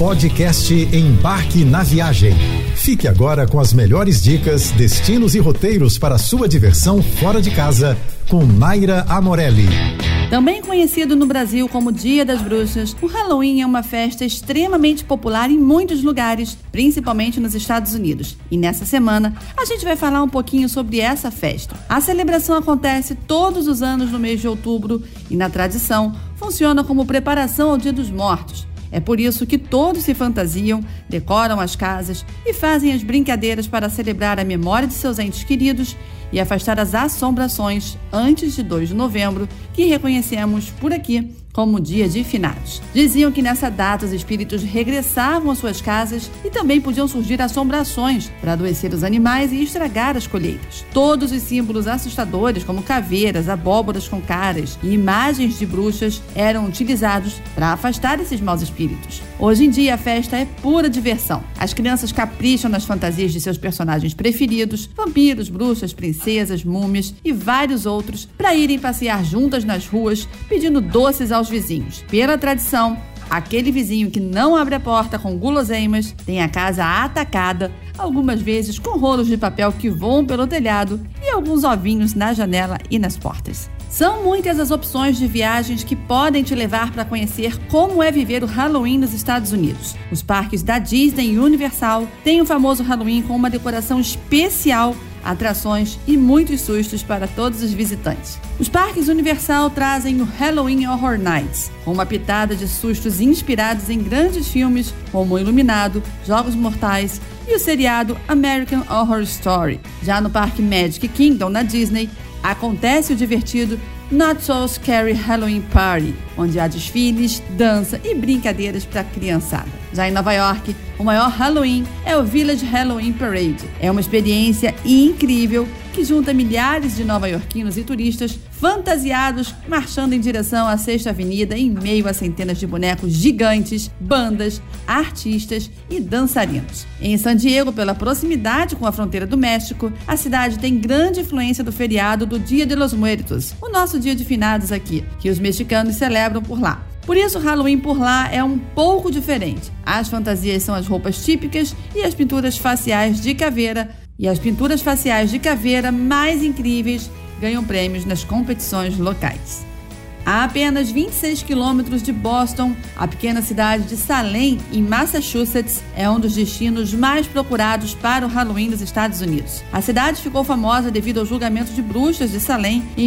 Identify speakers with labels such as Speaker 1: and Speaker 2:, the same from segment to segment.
Speaker 1: Podcast Embarque na Viagem. Fique agora com as melhores dicas, destinos e roteiros para sua diversão fora de casa com Naira Amorelli.
Speaker 2: Também conhecido no Brasil como Dia das Bruxas, o Halloween é uma festa extremamente popular em muitos lugares, principalmente nos Estados Unidos. E nessa semana, a gente vai falar um pouquinho sobre essa festa. A celebração acontece todos os anos no mês de outubro e, na tradição, funciona como preparação ao Dia dos Mortos. É por isso que todos se fantasiam, decoram as casas e fazem as brincadeiras para celebrar a memória de seus entes queridos e afastar as assombrações antes de 2 de novembro, que reconhecemos por aqui como Dia de Finados. Diziam que nessa data os espíritos regressavam às suas casas e também podiam surgir assombrações para adoecer os animais e estragar as colheitas. Todos os símbolos assustadores, como caveiras, abóboras com caras e imagens de bruxas, eram utilizados para afastar esses maus espíritos. Hoje em dia a festa é pura diversão. As crianças capricham nas fantasias de seus personagens preferidos, vampiros, bruxas, princesas, múmias e vários outros, para irem passear juntas nas ruas, pedindo doces aos vizinhos. Pela tradição, aquele vizinho que não abre a porta com guloseimas tem a casa atacada, algumas vezes com rolos de papel que voam pelo telhado e alguns ovinhos na janela e nas portas. São muitas as opções de viagens que podem te levar para conhecer como é viver o Halloween nos Estados Unidos. Os parques da Disney e Universal têm o famoso Halloween com uma decoração especial, atrações e muitos sustos para todos os visitantes. Os parques Universal trazem o Halloween Horror Nights, com uma pitada de sustos inspirados em grandes filmes como Iluminado, Jogos Mortais e o seriado American Horror Story. Já no Parque Magic Kingdom, na Disney, acontece o divertido Not So Scary Halloween Party, onde há desfiles, dança e brincadeiras para a criançada. Já em Nova York, o maior Halloween é o Village Halloween Parade. É uma experiência incrível que junta milhares de nova-iorquinos e turistas fantasiados marchando em direção à Sexta Avenida em meio a centenas de bonecos gigantes, bandas, artistas e dançarinos. Em San Diego, pela proximidade com a fronteira do México, a cidade tem grande influência do feriado do Dia de los Muertos, o nosso Dia de Finados aqui, que os mexicanos celebram por lá. Por isso, o Halloween por lá é um pouco diferente. As fantasias são as roupas típicas e as pinturas faciais de caveira. E as pinturas faciais de caveira mais incríveis ganham prêmios nas competições locais. A apenas 26 quilômetros de Boston, a pequena cidade de Salem, em Massachusetts, é um dos destinos mais procurados para o Halloween dos Estados Unidos. A cidade ficou famosa devido ao julgamento de bruxas de Salem em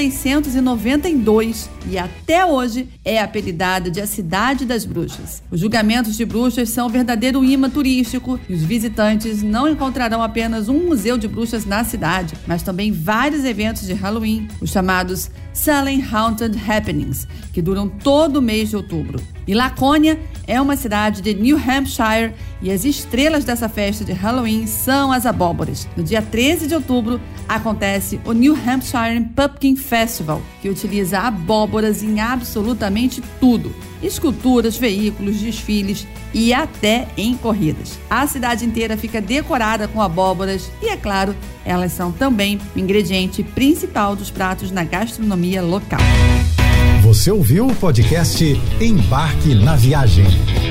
Speaker 2: 1692 e até hoje é apelidada de a Cidade das Bruxas. Os julgamentos de bruxas são um verdadeiro imã turístico e os visitantes não encontrarão apenas um museu de bruxas na cidade, mas também vários eventos de Halloween, os chamados Salem Haunted Happenings, que duram todo o mês de outubro. E Laconia é uma cidade de New Hampshire e as estrelas dessa festa de Halloween são as abóboras. No dia 13 de outubro acontece o New Hampshire Pumpkin Festival, que utiliza abóboras em absolutamente tudo: esculturas, veículos, desfiles e até em corridas. A cidade inteira fica decorada com abóboras e, é claro, elas são também o ingrediente principal dos pratos na gastronomia local.
Speaker 1: Você ouviu o podcast Embarque na Viagem.